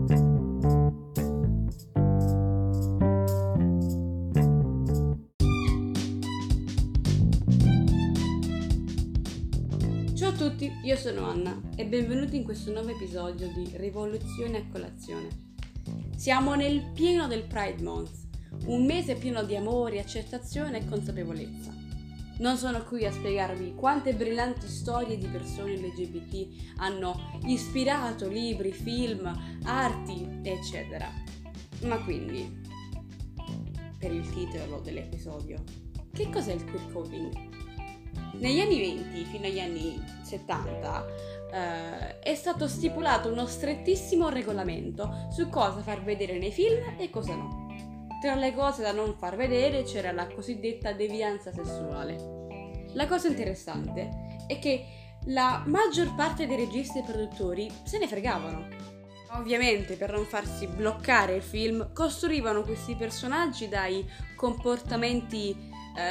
Ciao a tutti, io sono Anna e benvenuti in questo nuovo episodio di Rivoluzione a colazione. Siamo nel pieno del Pride Month, un mese pieno di amore, accettazione e consapevolezza. Non sono qui a spiegarvi quante brillanti storie di persone LGBT hanno ispirato libri, film, arti, eccetera. Ma quindi, per il titolo dell'episodio, che cos'è il queer coding? Negli anni 20 fino agli anni 70 è stato stipulato uno strettissimo regolamento su cosa far vedere nei film e cosa no. Tra le cose da non far vedere c'era la cosiddetta devianza sessuale. La cosa interessante è che la maggior parte dei registi e produttori se ne fregavano. Ovviamente, per non farsi bloccare il film, costruivano questi personaggi dai comportamenti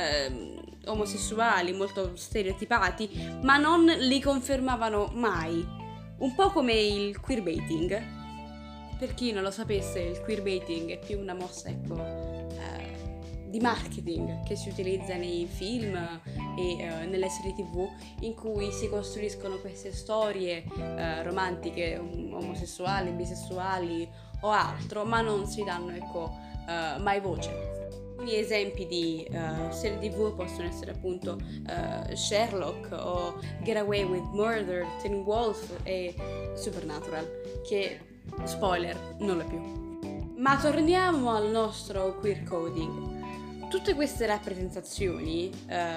omosessuali molto stereotipati, ma non li confermavano mai. Un po' come il queerbaiting. Per chi non lo sapesse, il queerbaiting è più una mossa, di marketing che si utilizza nei film e nelle serie TV, in cui si costruiscono queste storie romantiche, omosessuali, bisessuali o altro, ma non si danno mai voce. Alcuni esempi di serie TV possono essere appunto Sherlock o Get Away with Murder, Teen Wolf e Supernatural, che, spoiler, non è più. Ma torniamo al nostro queer coding. Tutte queste rappresentazioni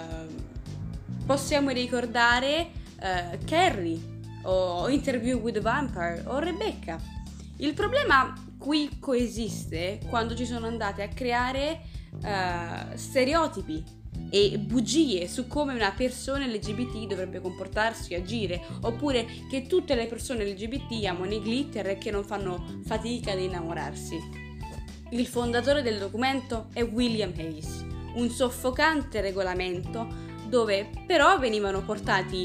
possiamo ricordare Carrie o Interview with the Vampire o Rebecca. Il problema qui coesiste quando ci sono andate a creare stereotipi e bugie su come una persona LGBT dovrebbe comportarsi e agire, oppure che tutte le persone LGBT amano i glitter e che non fanno fatica ad innamorarsi. Il fondatore del documento è William Hayes, un soffocante regolamento dove però venivano portati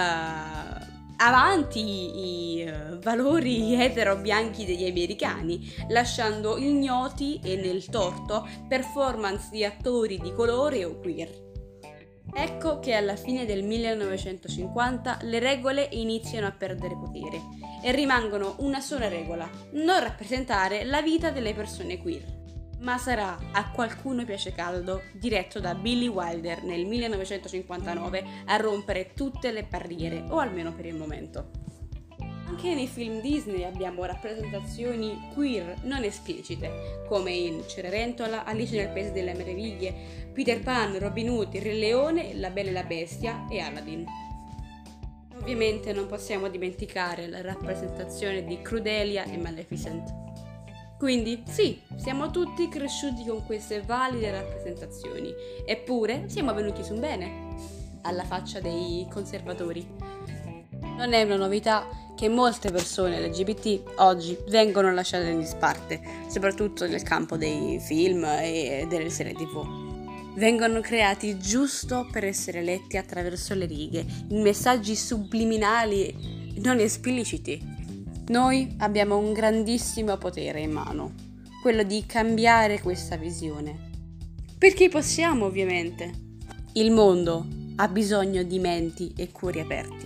avanti i valori etero-bianchi degli americani, lasciando ignoti e nel torto performance di attori di colore o queer. Ecco che alla fine del 1950 le regole iniziano a perdere potere e rimangono una sola regola: non rappresentare la vita delle persone queer. Ma sarà A qualcuno piace caldo, diretto da Billy Wilder nel 1959, a rompere tutte le barriere, o almeno per il momento. Anche nei film Disney abbiamo rappresentazioni queer non esplicite, come in Cenerentola, Alice nel Paese delle Meraviglie, Peter Pan, Robin Hood, Il Re Leone, La Bella e la Bestia e Aladdin. Ovviamente non possiamo dimenticare la rappresentazione di Crudelia e Maleficent. Quindi sì, siamo tutti cresciuti con queste valide rappresentazioni, eppure siamo venuti su bene, alla faccia dei conservatori. Non è una novità che molte persone LGBT oggi vengono lasciate in disparte, soprattutto nel campo dei film e delle serie TV. Vengono creati giusto per essere letti attraverso le righe, in messaggi subliminali non espliciti. Noi abbiamo un grandissimo potere in mano, quello di cambiare questa visione. Perché possiamo, ovviamente. Il mondo ha bisogno di menti e cuori aperti.